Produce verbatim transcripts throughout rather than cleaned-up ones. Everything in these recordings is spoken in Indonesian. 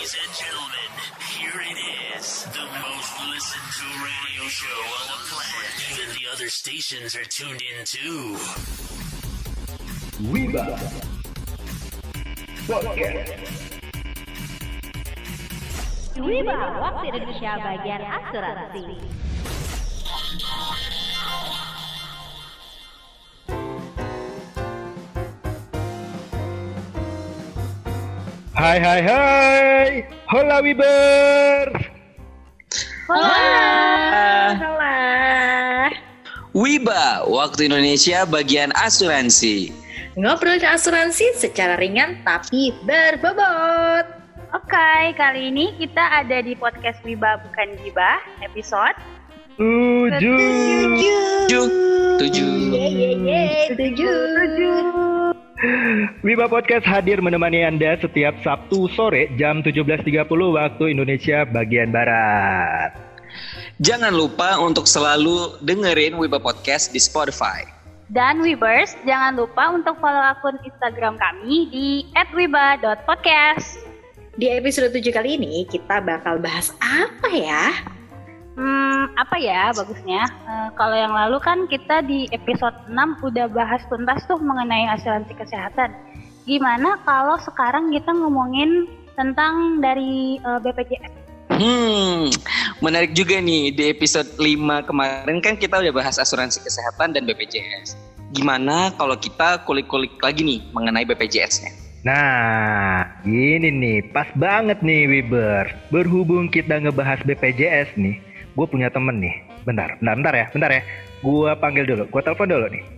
Ladies and gentlemen, here it is, the most listened to radio show on the planet. Even the other stations are tuned in too. Wiba Podcast. Wiba, waktu Indonesia bagian asuransi. Hai hai hai, hola Wibers. Hola. Hola. Wiba, waktu Indonesia bagian asuransi. Ngobrol asuransi secara ringan tapi berbobot. Oke, kali ini kita ada di podcast Wiba Bukan Gibah, episode Tujuh. Tujuh. Tujuh. Yeay, tujuh. tujuh. Wiba Podcast hadir menemani Anda setiap Sabtu sore jam tujuh belas tiga puluh waktu Indonesia bagian Barat. Jangan lupa untuk selalu dengerin Wiba Podcast di Spotify. Dan Wibers, jangan lupa untuk follow akun Instagram kami di et wiba dot podcast. Di episode tujuh kali ini kita bakal bahas apa ya? Hmm, apa ya bagusnya? Uh, kalau yang lalu kan kita di episode enam udah bahas tuntas tuh mengenai asuransi kesehatan. Gimana kalau sekarang kita ngomongin tentang dari uh, B P J S? Hmm, menarik juga nih, di episode lima kemarin kan kita udah bahas asuransi kesehatan dan B P J S. Gimana kalau kita kulik-kulik lagi nih mengenai B P J S-nya? Nah, ini nih, pas banget nih Wibers. Berhubung kita ngebahas B P J S nih, gue punya temen nih. Bentar, bentar, bentar ya, bentar ya. Gue panggil dulu, gue telepon dulu nih.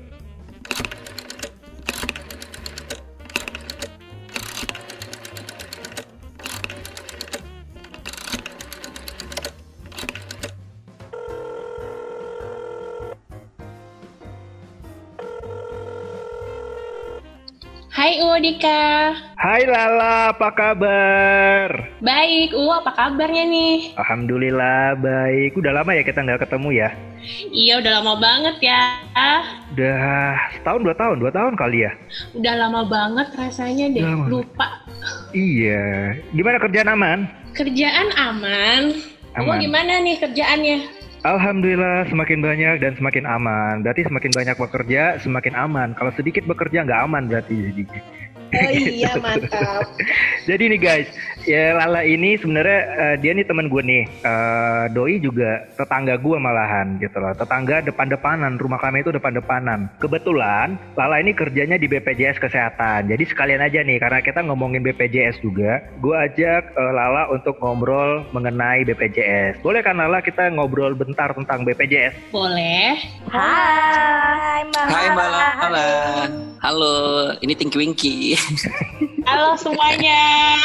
Hai U Dika. Hai Lala, apa kabar? Baik, U apa kabarnya nih? Alhamdulillah baik. Udah lama ya kita nggak ketemu ya? Iya udah lama banget ya. Udah setahun, dua tahun, dua tahun kali ya? Udah lama banget rasanya deh, Lama. lupa. Iya. Gimana kerjaan aman? Kerjaan aman. Aman. Kamu gimana nih kerjaannya? Alhamdulillah semakin banyak dan semakin aman. Berarti semakin banyak bekerja semakin aman. Kalau sedikit bekerja nggak aman berarti jadi. Oh iya, mantap. Jadi nih guys, ya Lala ini sebenarnya uh, dia nih teman gue nih. Uh, Doi juga tetangga gue malahan gitu loh. Tetangga depan-depanan, rumah kami itu depan-depanan. Kebetulan Lala ini kerjanya di B P J S Kesehatan. Jadi sekalian aja nih, karena kita ngomongin B P J S juga, gue ajak uh, Lala untuk ngobrol mengenai B P J S. Boleh kan Lala kita ngobrol bentar tentang B P J S? Boleh. Hai, Mbak. Hai Mbak Lala. Halo, ini Tinky Winky. Halo semuanya.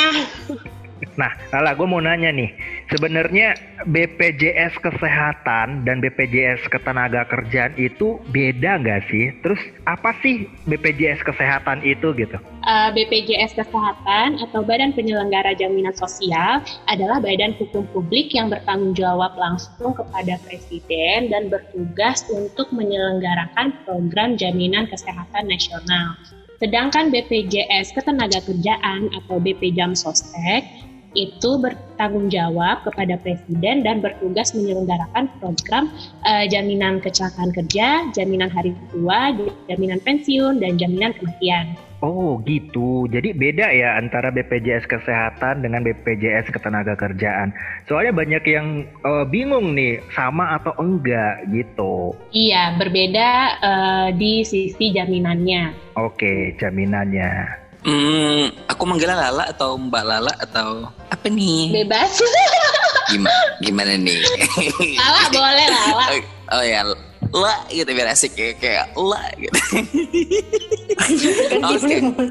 Nah, Lala, gue mau nanya nih, sebenarnya B P J S Kesehatan dan B P J S Ketenagakerjaan itu beda nggak sih? Terus apa sih B P J S Kesehatan itu gitu? Uh, B P J S Kesehatan atau Badan Penyelenggara Jaminan Sosial adalah badan hukum publik yang bertanggung jawab langsung kepada Presiden dan bertugas untuk menyelenggarakan program jaminan kesehatan nasional. Sedangkan B P J S Ketenagakerjaan atau B P Jam Sostek itu bertanggung jawab kepada Presiden dan bertugas menyelenggarakan program uh, jaminan kecelakaan kerja, jaminan hari tua, jaminan pensiun, dan jaminan kematian. Oh gitu, jadi beda ya antara B P J S Kesehatan dengan B P J S Ketenagakerjaan. Soalnya banyak yang uh, bingung nih, sama atau enggak gitu. Iya, berbeda uh, di sisi jaminannya. Oke, jaminannya. Hmm, aku manggilnya Lala atau Mbak Lala atau apa nih? Bebas. Gimana, gimana nih? Lala boleh Lala. Oh ya, La gitu biar asik kayak kayak La gitu. Oke.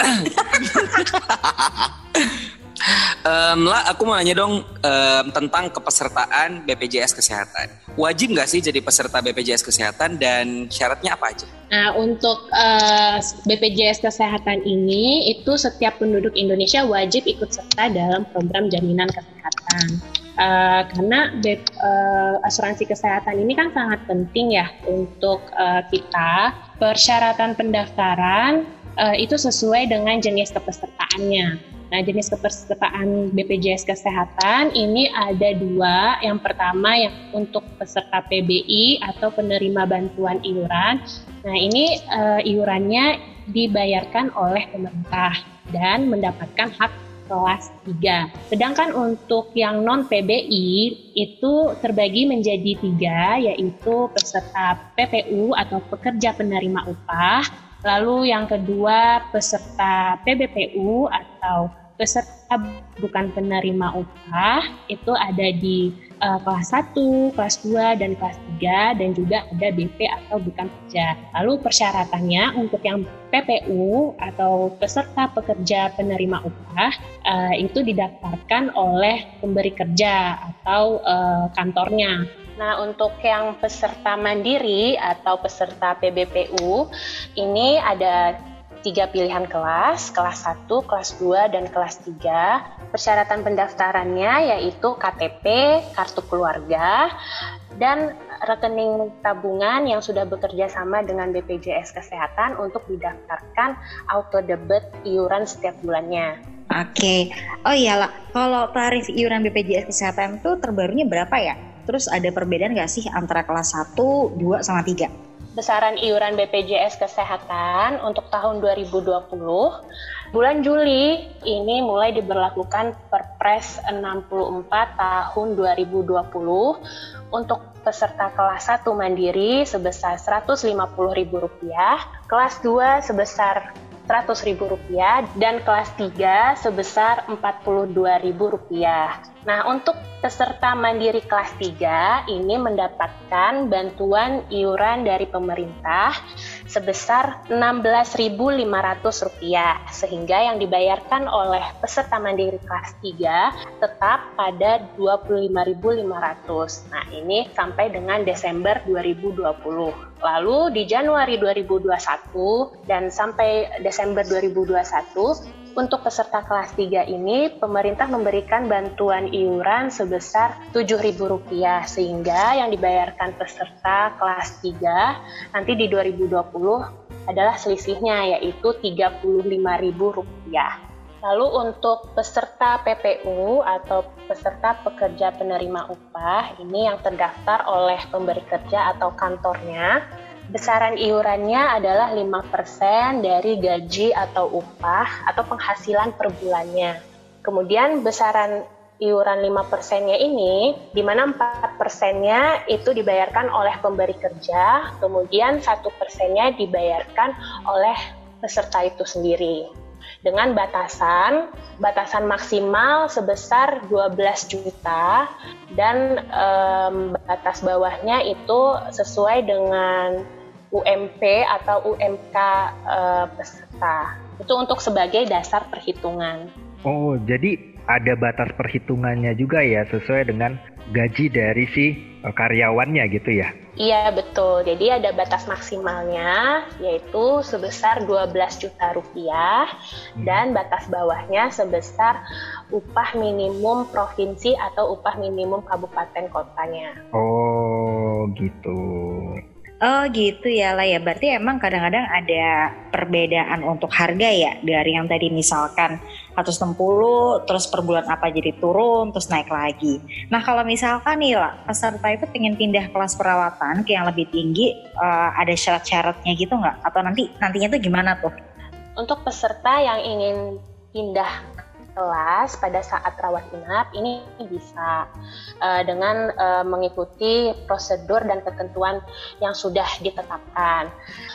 Um, lah, aku mau nanya dong um, tentang kepesertaan B P J S Kesehatan. Wajib nggak sih jadi peserta B P J S Kesehatan dan syaratnya apa aja? Nah, untuk uh, B P J S Kesehatan ini, itu setiap penduduk Indonesia wajib ikut serta dalam program jaminan kesehatan. Uh, karena B, uh, asuransi kesehatan ini kan sangat penting ya untuk uh, kita. Persyaratan pendaftaran uh, itu sesuai dengan jenis kepesertaannya. Nah, jenis kepesertaan B P J S Kesehatan ini ada dua. Yang pertama yang untuk peserta P B I atau penerima bantuan iuran. Nah, ini uh, iurannya dibayarkan oleh pemerintah dan mendapatkan hak kelas tiga. Sedangkan untuk yang non P B I itu terbagi menjadi tiga, yaitu peserta P P U atau pekerja penerima upah. Lalu yang kedua peserta P B P U atau peserta bukan penerima upah, itu ada di uh, kelas satu, kelas dua, dan kelas tiga, dan juga ada B P atau bukan pekerja. Lalu persyaratannya untuk yang P P U atau peserta pekerja penerima upah uh, itu didaftarkan oleh pemberi kerja atau uh, kantornya. Nah, untuk yang peserta mandiri atau peserta P B P U, ini ada tiga pilihan kelas, kelas satu, kelas dua, dan kelas tiga. Persyaratan pendaftarannya yaitu K T P, kartu keluarga, dan rekening tabungan yang sudah bekerja sama dengan B P J S Kesehatan untuk didaftarkan auto debit iuran setiap bulannya. Oke, oh iyalah, kalau tarif iuran B P J S Kesehatan itu terbarunya berapa ya? Terus ada perbedaan nggak sih antara kelas satu, dua, sama tiga? Besaran iuran B P J S Kesehatan untuk tahun dua ribu dua puluh, bulan Juli ini mulai diberlakukan Perpres enam puluh empat tahun dua ribu dua puluh untuk peserta kelas satu mandiri sebesar seratus lima puluh ribu rupiah, kelas dua sebesar seratus ribu rupiah, dan kelas tiga sebesar empat puluh dua ribu rupiah. Nah, untuk peserta mandiri kelas tiga ini mendapatkan bantuan iuran dari pemerintah sebesar enam belas ribu lima ratus rupiah, sehingga yang dibayarkan oleh peserta mandiri kelas tiga tetap pada dua puluh lima ribu lima ratus. Nah, ini sampai dengan Desember dua ribu dua puluh. Lalu di Januari dua ribu dua puluh satu dan sampai Desember dua ribu dua puluh satu, untuk peserta kelas tiga ini, pemerintah memberikan bantuan iuran sebesar tujuh ribu rupiah, sehingga yang dibayarkan peserta kelas tiga nanti di dua ribu dua puluh adalah selisihnya, yaitu tiga puluh lima ribu rupiah. Lalu untuk peserta P P U atau peserta pekerja penerima upah, ini yang terdaftar oleh pemberi kerja atau kantornya, besaran iurannya adalah lima persen dari gaji atau upah atau penghasilan per bulannya. Kemudian besaran iuran lima persennya ini, di mana empat persennya itu dibayarkan oleh pemberi kerja, kemudian satu persennya dibayarkan oleh peserta itu sendiri. Dengan batasan, batasan maksimal sebesar dua belas juta, dan um, batas bawahnya itu sesuai dengan U M P atau U M K uh, peserta. Itu untuk sebagai dasar perhitungan. Oh, jadi ada batas perhitungannya juga ya, sesuai dengan gaji dari si uh, karyawannya gitu ya? Iya, betul. Jadi ada batas maksimalnya, yaitu sebesar dua belas juta rupiah, hmm. dan batas bawahnya sebesar upah minimum provinsi atau upah minimum kabupaten kotanya. Oh, gitu. Oh gitu ya lah ya, berarti emang kadang-kadang ada perbedaan untuk harga ya, dari yang tadi misalkan seratus enam puluh, terus per bulan apa jadi turun, terus naik lagi. Nah kalau misalkan nih lah, peserta itu pengen pindah kelas perawatan ke yang lebih tinggi, uh, ada syarat-syaratnya gitu nggak? Atau nanti nantinya tuh gimana tuh? Untuk peserta yang ingin pindah kelas pada saat rawat inap ini bisa uh, dengan uh, mengikuti prosedur dan ketentuan yang sudah ditetapkan.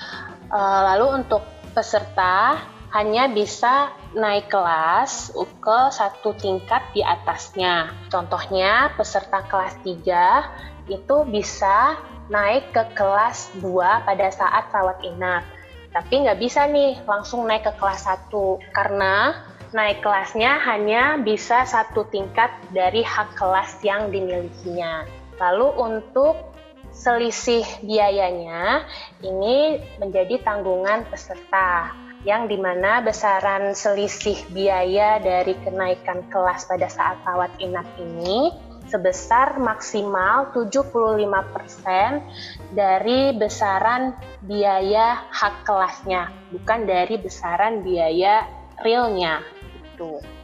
Uh, lalu untuk peserta hanya bisa naik kelas ke satu tingkat di atasnya. Contohnya peserta kelas tiga itu bisa naik ke kelas dua pada saat rawat inap. Tapi nggak bisa nih langsung naik ke kelas satu karena naik kelasnya hanya bisa satu tingkat dari hak kelas yang dimilikinya. Lalu untuk selisih biayanya ini menjadi tanggungan peserta, yang dimana besaran selisih biaya dari kenaikan kelas pada saat rawat inap ini sebesar maksimal tujuh puluh lima persen dari besaran biaya hak kelasnya, bukan dari besaran biaya realnya.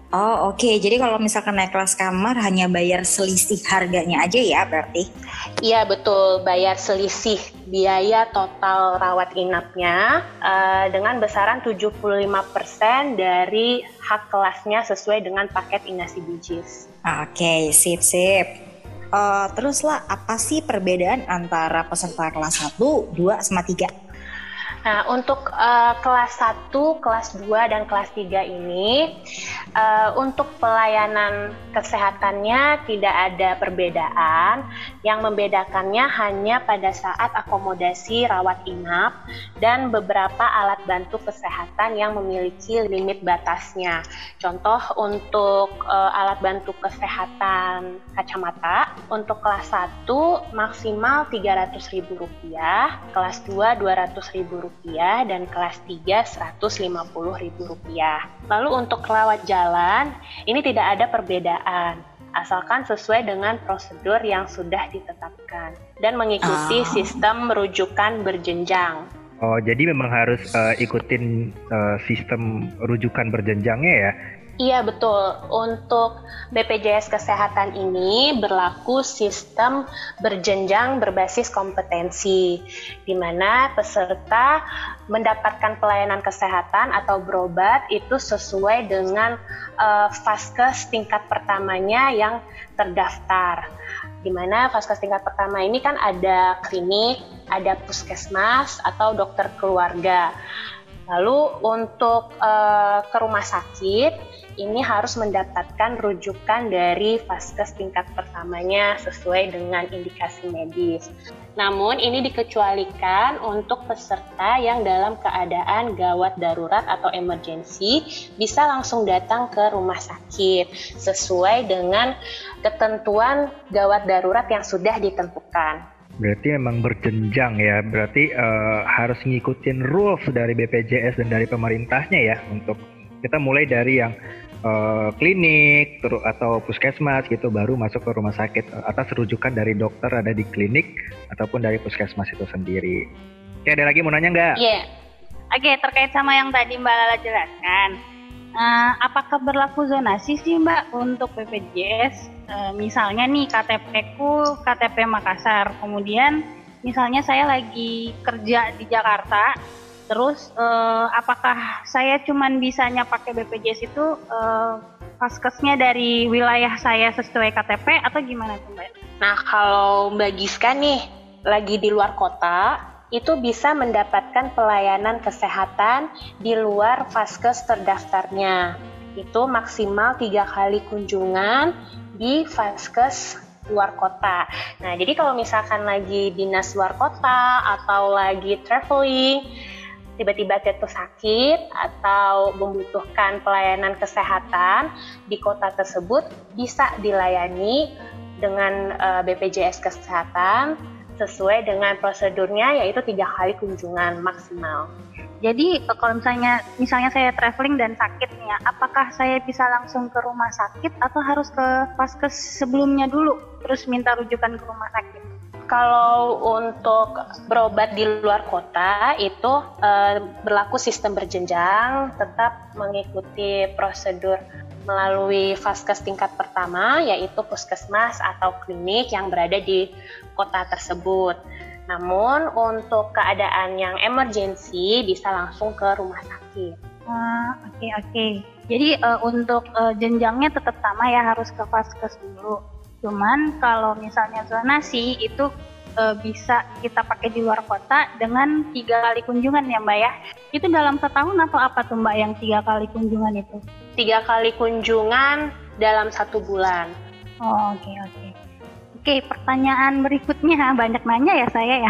Oh oke, okay. Jadi kalau misalkan naik kelas kamar hanya bayar selisih harganya aja ya berarti? Iya betul, bayar selisih biaya total rawat inapnya uh, dengan besaran tujuh puluh lima persen dari hak kelasnya sesuai dengan paket Inasi Bijis. Oke, okay, sip-sip. Uh, terus lah, apa sih perbedaan antara peserta kelas satu, dua, sama tiga? Nah, untuk uh, kelas satu, kelas dua, dan kelas tiga ini, uh, untuk pelayanan kesehatannya tidak ada perbedaan. Yang membedakannya hanya pada saat akomodasi rawat inap dan beberapa alat bantu kesehatan yang memiliki limit batasnya. Contoh untuk uh, alat bantu kesehatan kacamata, untuk kelas satu maksimal tiga ratus ribu rupiah, kelas dua dua ratus ribu rupiah, dan kelas tiga seratus lima puluh ribu rupiah. Lalu untuk rawat jalan, ini tidak ada perbedaan, asalkan sesuai dengan prosedur yang sudah ditetapkan dan mengikuti ah. sistem rujukan berjenjang. Oh, jadi memang harus uh, ikutin uh, sistem rujukan berjenjangnya ya? Iya betul, untuk B P J S Kesehatan ini berlaku sistem berjenjang berbasis kompetensi, di mana peserta mendapatkan pelayanan kesehatan atau berobat itu sesuai dengan uh, Vaskes tingkat pertamanya yang terdaftar. Di mana Vaskes tingkat pertama ini kan ada klinik, ada puskesmas atau dokter keluarga. Lalu untuk uh, ke rumah sakit, ini harus mendapatkan rujukan dari Vaskes tingkat pertamanya sesuai dengan indikasi medis. Namun ini dikecualikan untuk peserta yang dalam keadaan gawat darurat atau emergensi bisa langsung datang ke rumah sakit sesuai dengan ketentuan gawat darurat yang sudah ditentukan. Berarti memang berjenjang ya, berarti uh, harus ngikutin rules dari B P J S dan dari pemerintahnya ya, untuk kita mulai dari yang uh, klinik ter- atau puskesmas gitu, baru masuk ke rumah sakit atas rujukan dari dokter ada di klinik ataupun dari puskesmas itu sendiri. Oke, ada lagi mau nanya nggak? Iya, yeah. Oke, terkait sama yang tadi Mbak Lala jelaskan, uh, apakah berlaku zonasi sih Mbak untuk B P J S? Uh, misalnya nih K T P-ku K T P Makassar, kemudian misalnya saya lagi kerja di Jakarta, terus uh, apakah saya cuman bisanya pakai B P J S itu uh, Vaskesnya dari wilayah saya sesuai K T P atau gimana tuh Mbak? Nah kalau Mbak Giska nih lagi di luar kota, itu bisa mendapatkan pelayanan kesehatan di luar Vaskes terdaftarnya. Itu maksimal tiga kali kunjungan di Vaskes luar kota. Nah, jadi kalau misalkan lagi dinas luar kota atau lagi traveling, tiba-tiba jatuh sakit atau membutuhkan pelayanan kesehatan di kota tersebut, bisa dilayani dengan uh, B P J S Kesehatan sesuai dengan prosedurnya, yaitu tiga kali kunjungan maksimal. Jadi kalau misalnya misalnya saya traveling dan sakit nih ya, apakah saya bisa langsung ke rumah sakit atau harus ke Vaskes sebelumnya dulu terus minta rujukan ke rumah sakit? Kalau untuk berobat di luar kota itu eh, berlaku sistem berjenjang, tetap mengikuti prosedur melalui Vaskes tingkat pertama, yaitu puskesmas atau klinik yang berada di kota tersebut. Namun untuk keadaan yang emergensi bisa langsung ke rumah sakit. Oke uh, oke. Okay, okay. Jadi uh, untuk uh, jenjangnya tetap sama ya, harus ke Vaskes dulu. Cuman kalau misalnya zonasi itu uh, bisa kita pakai di luar kota dengan tiga kali kunjungan ya Mbak ya. Itu dalam setahun atau apa tuh Mbak yang tiga kali kunjungan itu? Tiga kali kunjungan dalam satu bulan. Oh oke okay, oke. Okay. Oke, pertanyaan berikutnya, banyak nanya ya saya ya.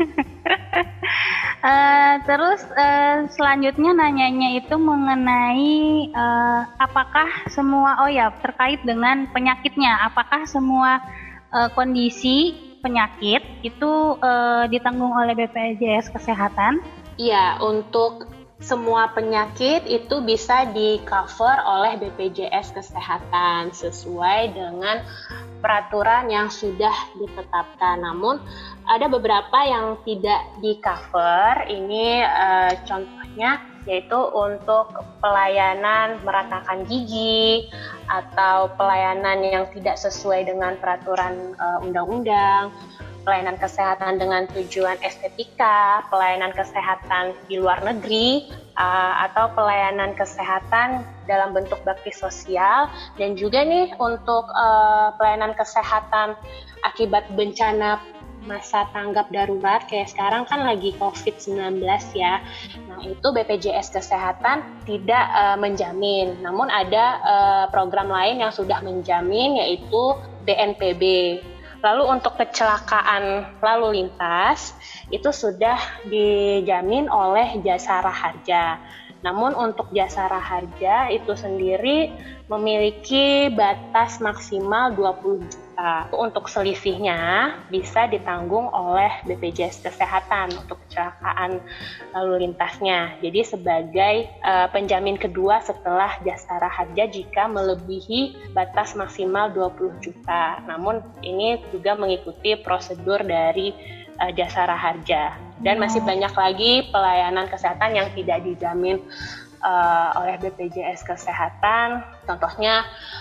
uh, terus uh, selanjutnya nanyanya itu mengenai uh, apakah semua, oh ya terkait dengan penyakitnya, apakah semua uh, kondisi penyakit itu uh, ditanggung oleh B P J S Kesehatan? Iya, untuk semua penyakit itu bisa di-cover oleh B P J S Kesehatan sesuai dengan peraturan yang sudah ditetapkan. Namun ada beberapa yang tidak di-cover. Ini uh, contohnya yaitu untuk pelayanan meratakan gigi atau pelayanan yang tidak sesuai dengan peraturan uh, undang-undang, pelayanan kesehatan dengan tujuan estetika, pelayanan kesehatan di luar negeri, uh, atau pelayanan kesehatan dalam bentuk bakti sosial, dan juga nih untuk uh, pelayanan kesehatan akibat bencana masa tanggap darurat kayak sekarang kan lagi covid sembilan belas ya. Nah, itu B P J S Kesehatan tidak uh, menjamin. Namun ada uh, program lain yang sudah menjamin, yaitu B N P B. Lalu untuk kecelakaan lalu lintas itu sudah dijamin oleh Jasara Harja. Namun untuk Jasara Harja itu sendiri memiliki batas maksimal dua puluh juta. Untuk selisihnya bisa ditanggung oleh B P J S Kesehatan untuk kecelakaan lalu lintasnya. Jadi sebagai uh, penjamin kedua setelah Jasara Harja jika melebihi batas maksimal dua puluh juta. Namun ini juga mengikuti prosedur dari uh, Jasara Harja. Dan masih banyak lagi pelayanan kesehatan yang tidak dijamin uh, oleh B P J S Kesehatan. Contohnya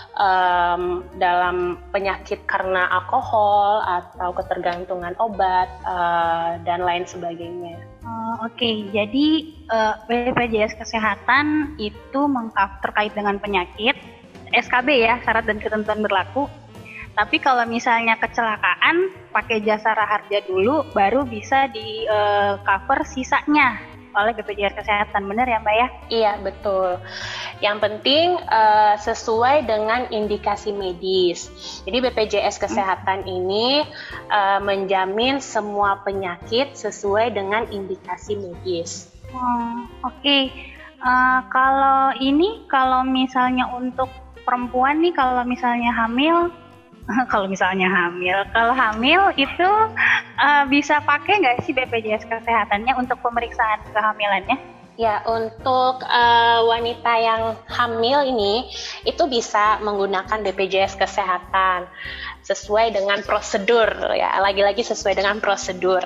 um, dalam penyakit karena alkohol atau ketergantungan obat uh, dan lain sebagainya. Oh, Oke, okay. Jadi uh, B P J S Kesehatan itu mengcover terkait dengan penyakit S K B ya, syarat dan ketentuan berlaku. Tapi kalau misalnya kecelakaan, pakai Jasara Harja dulu, baru bisa di uh, cover sisanya oleh B P J S Kesehatan. Benar ya Mbak ya? Iya, betul. Yang penting uh, sesuai dengan indikasi medis. Jadi B P J S Kesehatan hmm. ini uh, menjamin semua penyakit sesuai dengan indikasi medis. Hmm, Oke, okay. uh, kalau ini, kalau misalnya untuk perempuan nih, kalau misalnya hamil, kalau misalnya hamil, kalau hamil itu uh, bisa pakai nggak sih B P J S Kesehatannya untuk pemeriksaan kehamilannya? Ya, untuk uh, wanita yang hamil ini itu bisa menggunakan B P J S Kesehatan sesuai dengan prosedur ya, lagi-lagi sesuai dengan prosedur.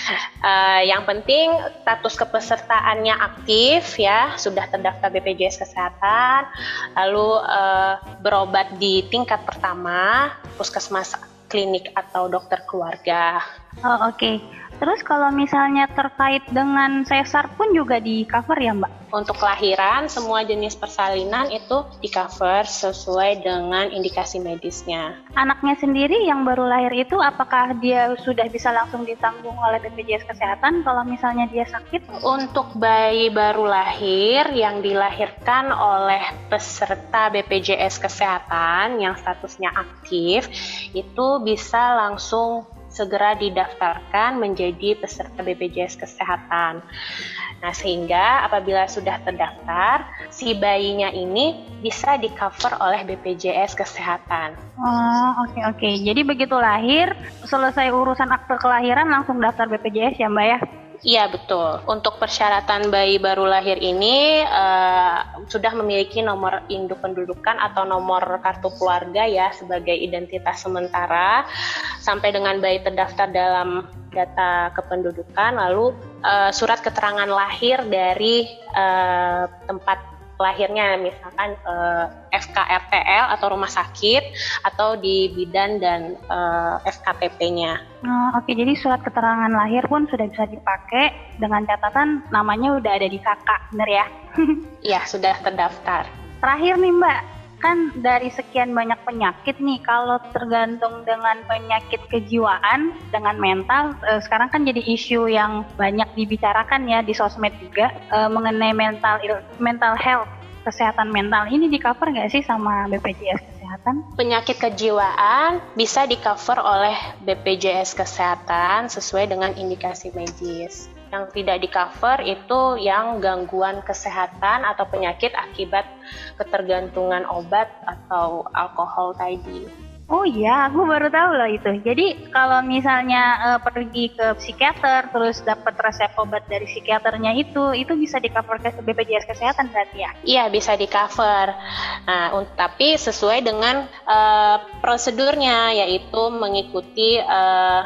Uh, yang penting status kepesertaannya aktif ya, sudah terdaftar B P J S Kesehatan, lalu uh, berobat di tingkat pertama, puskesmas, klinik atau dokter keluarga. Oh oke. Okay. Terus kalau misalnya terkait dengan sesar pun juga di cover ya Mbak? Untuk kelahiran, semua jenis persalinan itu di cover sesuai dengan indikasi medisnya. Anaknya sendiri yang baru lahir itu apakah dia sudah bisa langsung ditanggung oleh B P J S Kesehatan kalau misalnya dia sakit? Untuk bayi baru lahir yang dilahirkan oleh peserta B P J S Kesehatan yang statusnya aktif, itu bisa langsung segera didaftarkan menjadi peserta B P J S Kesehatan. Nah, sehingga apabila sudah terdaftar, si bayinya ini bisa di-cover oleh B P J S Kesehatan. Oh, oke okay, oke. Okay. Jadi begitu lahir, selesai urusan akte kelahiran langsung daftar B P J S ya Mbak ya? Iya, betul. Untuk persyaratan bayi baru lahir ini uh, sudah memiliki nomor induk pendudukan atau nomor kartu keluarga ya sebagai identitas sementara sampai dengan bayi terdaftar dalam data kependudukan, lalu uh, surat keterangan lahir dari uh, tempat lahirnya, misalkan uh, F K R T L atau rumah sakit atau di bidan dan uh, F K P P-nya. Oh, Oke, okay. Jadi surat keterangan lahir pun sudah bisa dipakai dengan catatan namanya udah ada di kakak, bener ya? Iya, sudah terdaftar. Terakhir nih Mbak, kan dari sekian banyak penyakit nih, kalau tergantung dengan penyakit kejiwaan, dengan mental, eh, sekarang kan jadi isu yang banyak dibicarakan ya di sosmed juga, eh, mengenai mental mental health, kesehatan mental ini di cover nggak sih sama B P J S Kesehatan? Penyakit kejiwaan bisa di cover oleh B P J S Kesehatan sesuai dengan indikasi medis. Yang tidak di cover itu yang gangguan kesehatan atau penyakit akibat ketergantungan obat atau alkohol tadi. Oh iya, aku baru tahu loh itu. Jadi kalau misalnya uh, pergi ke psikiater terus dapat resep obat dari psikiaternya itu, itu bisa di cover ke B P J S Kesehatan berarti ya? Iya, bisa di cover. Nah, un- tapi sesuai dengan uh, prosedurnya, yaitu mengikuti uh,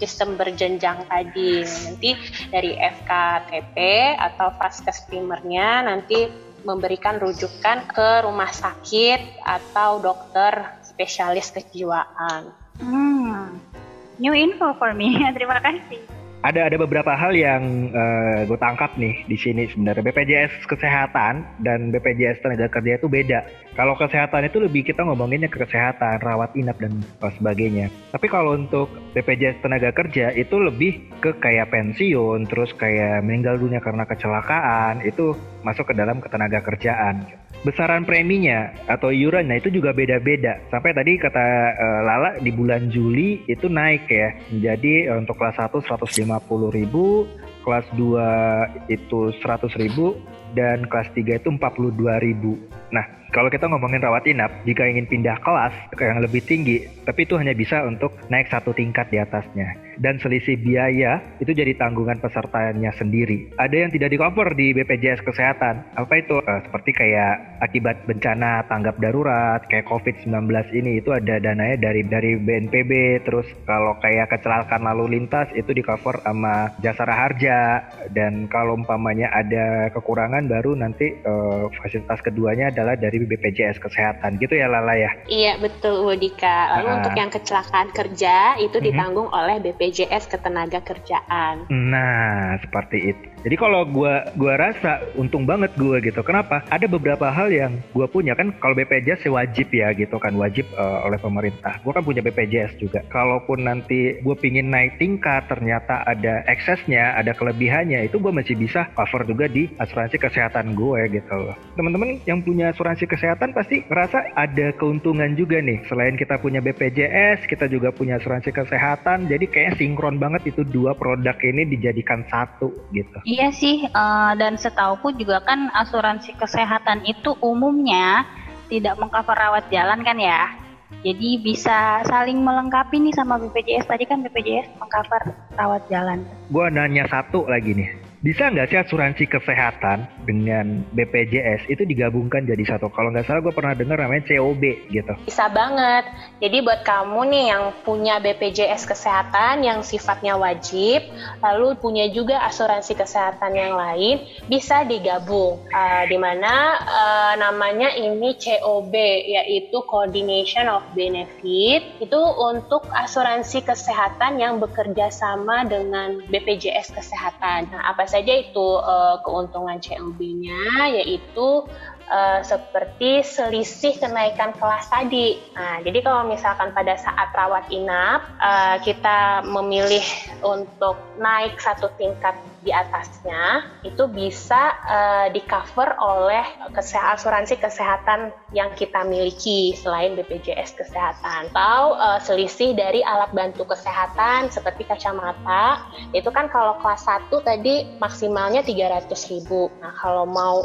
sistem berjenjang tadi. Nanti dari F K T P atau Vaskes primernya nanti memberikan rujukan ke rumah sakit atau dokter spesialis kejiwaan. Hmm, new info for me. Terima kasih. Ada ada beberapa hal yang uh, gue tangkap nih di sini sebenarnya. B P J S kesehatan dan B P J S tenaga kerja itu beda. Kalau kesehatan itu lebih kita ngomonginnya ke kesehatan, rawat inap dan sebagainya. Tapi kalau untuk B P J S tenaga kerja itu lebih ke kayak pensiun, terus kayak meninggal dunia karena kecelakaan, itu masuk ke dalam ketenaga kerjaan. Besaran preminya atau iurannya itu juga beda-beda. Sampai tadi kata uh, Lala di bulan Juli itu naik ya. Jadi uh, untuk kelas satu seratus lima puluh ribu, kelas dua itu seratus ribu, dan kelas tiga itu empat puluh dua ribu. Nah, kalau kita ngomongin rawat inap, jika ingin pindah kelas ke yang lebih tinggi, tapi itu hanya bisa untuk naik satu tingkat di atasnya. Dan selisih biaya itu jadi tanggungan pesertanya sendiri. Ada yang tidak di-cover di B P J S Kesehatan. Apa itu? Uh, seperti kayak akibat bencana tanggap darurat, kayak covid sembilan belas ini, itu ada dananya dari dari B N P B. Terus kalau kayak kecelakaan lalu lintas, itu di-cover sama Jasara Harja. Dan kalau umpamanya ada kekurangan, baru nanti uh, fasilitas keduanya adalah dari B P J S Kesehatan. Gitu ya Lala ya? Iya betul Wadika. Lalu uh, untuk yang kecelakaan kerja itu uh-huh. ditanggung oleh B P J S Ketenagakerjaan. Nah, seperti itu. Jadi kalau gua gua rasa untung banget gua gitu. Kenapa? Ada beberapa hal yang gua punya kan. Kalau B P J S wajib ya gitu kan, wajib uh, oleh pemerintah. Gua kan punya B P J S juga. Kalaupun nanti gua pingin naik tingkat, ternyata ada eksesnya, ada kelebihannya, itu gua masih bisa cover juga di asuransi kesehatan gue gitu loh. Teman-teman yang punya asuransi kesehatan pasti ngerasa ada keuntungan juga nih. Selain kita punya B P J S, kita juga punya asuransi kesehatan. Jadi kayak sinkron banget itu dua produk ini dijadikan satu gitu. Iya sih, uh, dan setauku juga kan asuransi kesehatan itu umumnya tidak mengcover rawat jalan kan ya. Jadi bisa saling melengkapi nih sama B P J S. Tadi kan B P J S mengcover rawat jalan. Gua nanya satu lagi nih. Bisa nggak sih asuransi kesehatan dengan B P J S itu digabungkan jadi satu? Kalau nggak salah gue pernah dengar namanya C O B gitu. Bisa banget. Jadi buat kamu nih yang punya B P J S kesehatan yang sifatnya wajib, lalu punya juga asuransi kesehatan yang lain, bisa digabung. Uh, di mana uh, namanya ini C O B, yaitu Coordination of Benefit. Itu untuk asuransi kesehatan yang bekerja sama dengan B P J S kesehatan. Nah, apa saja itu uh, keuntungan C O B-nya, yaitu uh, seperti selisih kenaikan kelas tadi. Nah, jadi kalau misalkan pada saat rawat inap uh, kita memilih untuk naik satu tingkat di atasnya, itu bisa uh, di-cover oleh kese- asuransi kesehatan yang kita miliki selain B P J S kesehatan. Atau uh, selisih dari alat bantu kesehatan seperti kacamata, itu kan kalau kelas satu tadi maksimalnya tiga ratus ribu. Nah, kalau mau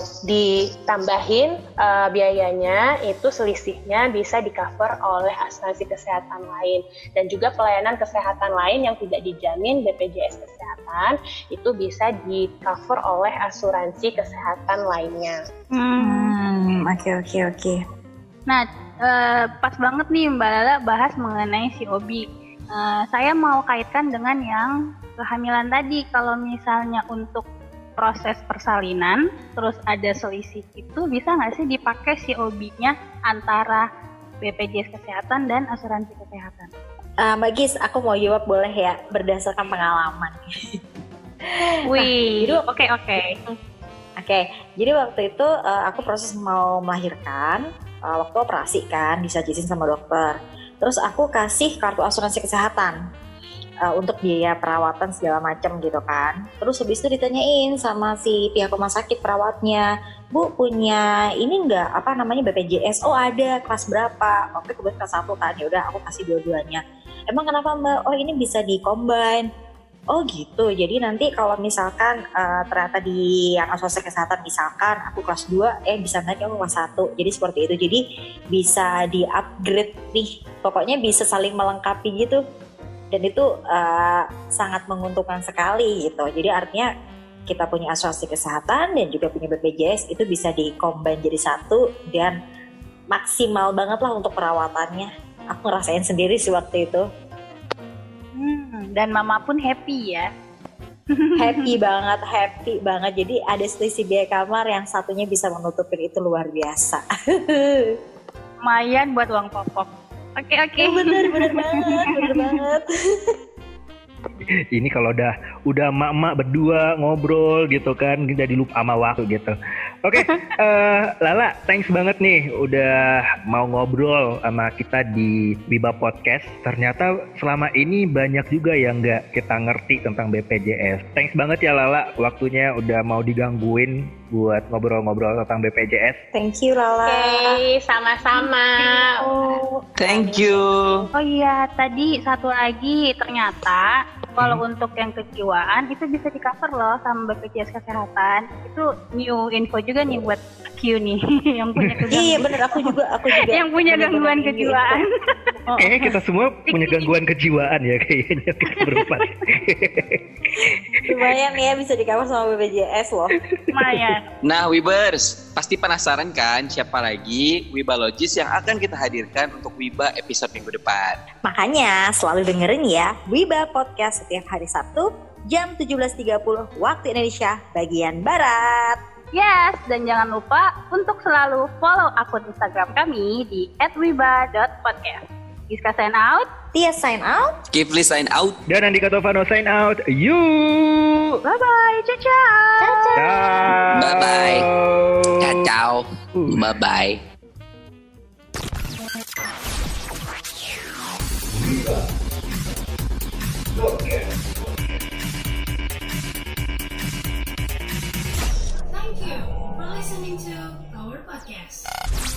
ditambahin uh, biayanya, itu selisihnya bisa di-cover oleh asuransi kesehatan lain. Dan juga pelayanan kesehatan lain yang tidak dijamin B P J S kesehatan, itu bisa bisa di-cover oleh asuransi kesehatan lainnya. Hmm, oke oke oke. Nah, eh, pas banget nih Mbak Lala bahas mengenai C O B. Eh, saya mau kaitkan dengan yang kehamilan tadi. Kalau misalnya untuk proses persalinan, terus ada selisih, itu bisa nggak sih dipakai C O B-nya antara B P J S Kesehatan dan asuransi kesehatan? Uh, Mbak Gis, aku mau jawab boleh ya, berdasarkan pengalaman. Wih, nah, oke oke. Oke, jadi waktu itu uh, aku proses mau melahirkan, uh, waktu operasi kan, disajiin sama dokter. Terus aku kasih kartu asuransi kesehatan uh, untuk biaya perawatan segala macam gitu kan. Terus habis itu ditanyain sama si pihak rumah sakit perawatnya, Bu punya ini enggak, apa namanya B P J S? Oh ada, kelas berapa? Oke, kebetulan kelas satu kan, ya udah aku kasih dua-duanya. Emang kenapa Mbak? Oh ini bisa di-combine. Oh gitu, jadi nanti kalau misalkan uh, ternyata di yang asuransi kesehatan misalkan aku kelas dua, eh bisa naik aku kelas satu. Jadi seperti itu, jadi bisa di-upgrade nih. Pokoknya bisa saling melengkapi gitu. Dan itu uh, sangat menguntungkan sekali gitu. Jadi artinya kita punya asuransi kesehatan dan juga punya B P J S, itu bisa di-combine jadi satu dan maksimal banget lah untuk perawatannya. Aku ngerasain sendiri sih waktu itu. Hmm, dan mama pun happy ya. Happy banget, happy banget. Jadi ada selisih biaya kamar yang satunya bisa menutupin, itu luar biasa. Lumayan buat uang popok. Oke oke. Oh, bener bener banget, bener banget. Ini kalau udah udah emak-emak berdua ngobrol gitu kan, jadi lupa sama waktu gitu. Oke, okay, uh, Lala, thanks banget nih udah mau ngobrol sama kita di Wiba Podcast. Ternyata selama ini banyak juga yang nggak kita ngerti tentang B P J S. Thanks banget ya Lala, waktunya udah mau digangguin buat ngobrol-ngobrol tentang B P J S. Thank you Lala. Oke, okay, sama-sama. Oh, Thank you. oh iya, tadi satu lagi ternyata kalau hmm. untuk yang kejiwaan itu bisa di cover loh sama B P J S Kesehatan. Itu new info juga nih buat Q nih yang punya gangguan. Iya bener, aku juga aku juga yang punya gangguan kejiwaan. Oh, eh kita semua punya gangguan kejiwaan ya kayaknya kita berempat. Lumayan ya bisa di cover sama B P J S loh. Lumayan. Nah, Wibers, pasti penasaran kan siapa lagi Wibalogis yang akan kita hadirkan untuk Wiba episode minggu depan. Makanya selalu dengerin ya Wiba Podcast setiap hari Sabtu jam tujuh belas tiga puluh waktu Indonesia bagian Barat. Yes, dan jangan lupa untuk selalu follow akun Instagram kami di at wiba dot podcast. Giska sign out. Tia sign out. Kifli sign out. Dan Andika Tovano sign out. You. Bye-bye. Ciao-ciao. Ciao. Bye-bye. Ciao. Bye-bye. Thank you for listening to our podcast.